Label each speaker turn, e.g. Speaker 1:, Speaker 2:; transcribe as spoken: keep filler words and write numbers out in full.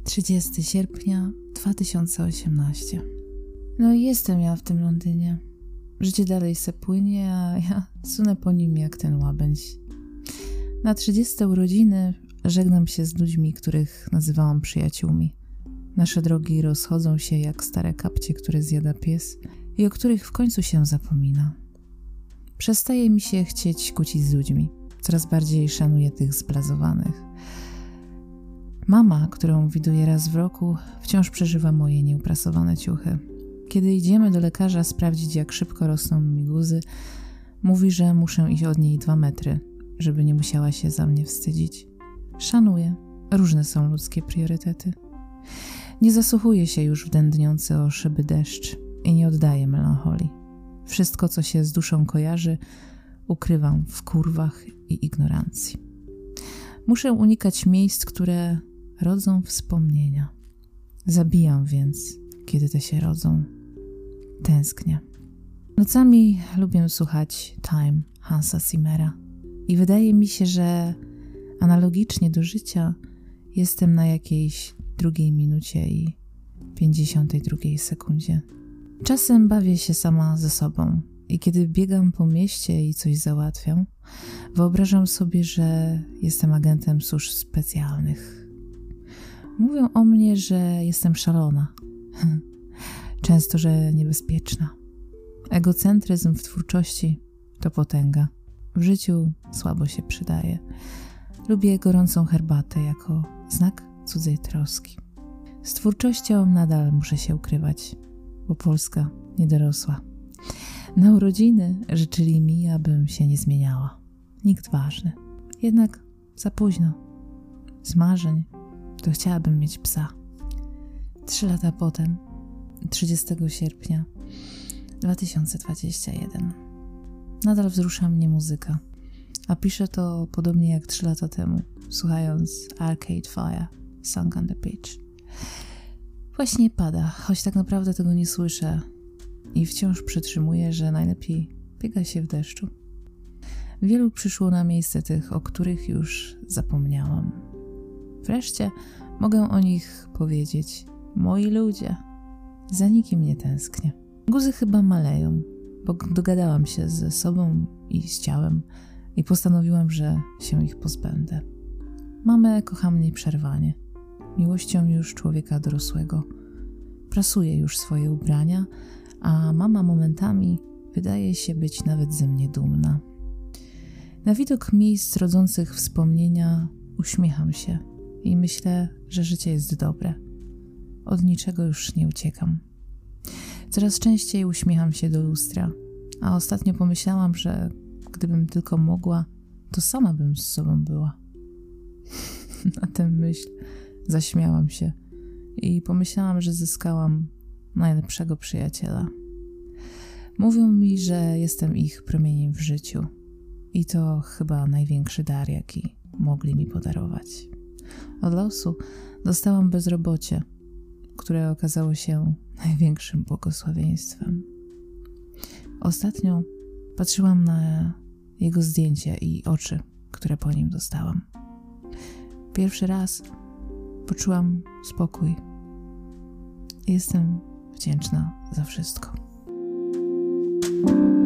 Speaker 1: trzydziestego sierpnia dwa tysiące osiemnastego. No i jestem ja w tym Londynie. Życie dalej se płynie, a ja sunę po nim jak ten łabędź. Na trzydzieste urodziny żegnam się z ludźmi, których nazywałam przyjaciółmi. Nasze drogi rozchodzą się jak stare kapcie, które zjada pies i o których w końcu się zapomina. Przestaje mi się chcieć kłócić z ludźmi. Coraz bardziej szanuję tych zblazowanych. Mama, którą widuję raz w roku, wciąż przeżywa moje nieuprasowane ciuchy. Kiedy idziemy do lekarza sprawdzić, jak szybko rosną mi guzy, mówi, że muszę iść od niej dwa metry, żeby nie musiała się za mnie wstydzić. Szanuję. Różne są ludzkie priorytety. Nie zasłuchuję się już w dędniący o szyby deszcz i nie oddaję melancholii. Wszystko, co się z duszą kojarzy, ukrywam w kurwach i ignorancji. Muszę unikać miejsc, które rodzą wspomnienia. Zabijam więc, kiedy te się rodzą. Tęsknię. Nocami lubię słuchać Time Hansa Zimmera i wydaje mi się, że analogicznie do życia jestem na jakiejś drugiej minucie i pięćdziesiątej drugiej sekundzie. Czasem bawię się sama ze sobą i kiedy biegam po mieście i coś załatwiam, wyobrażam sobie, że jestem agentem służb specjalnych. Mówią o mnie, że jestem szalona. Często, że niebezpieczna. Egocentryzm w twórczości to potęga. W życiu słabo się przydaje. Lubię gorącą herbatę jako znak cudzej troski. Z twórczością nadal muszę się ukrywać, bo Polska nie dorosła. Na urodziny życzyli mi, abym się nie zmieniała. Nikt ważny. Jednak za późno. Z marzeń to chciałabym mieć psa. Trzy lata potem, trzydziestego sierpnia dwa tysiące dwudziestego pierwszego. Nadal wzrusza mnie muzyka, a piszę to podobnie jak trzy lata temu, słuchając Arcade Fire, Song on the Beach. Właśnie pada, choć tak naprawdę tego nie słyszę i wciąż przytrzymuję, że najlepiej biega się w deszczu. Wielu przyszło na miejsce tych, o których już zapomniałam. Wreszcie mogę o nich powiedzieć: moi ludzie, za nikim nie tęsknię. Guzy chyba maleją, bo dogadałam się ze sobą i z ciałem i postanowiłam, że się ich pozbędę. Mamę kocham nieprzerwanie, miłością już człowieka dorosłego. Prasuje już swoje ubrania, a mama momentami wydaje się być nawet ze mnie dumna. Na widok miejsc rodzących wspomnienia uśmiecham się i myślę, że życie jest dobre. Od niczego już nie uciekam. Coraz częściej uśmiecham się do lustra, a ostatnio pomyślałam, że gdybym tylko mogła, to sama bym z sobą była. Na tę myśl zaśmiałam się i pomyślałam, że zyskałam najlepszego przyjaciela. Mówią mi, że jestem ich promieniem w życiu i to chyba największy dar, jaki mogli mi podarować. Od losu dostałam bezrobocie, które okazało się największym błogosławieństwem. Ostatnio patrzyłam na jego zdjęcie i oczy, które po nim dostałam. Pierwszy raz poczułam spokój. Jestem wdzięczna za wszystko.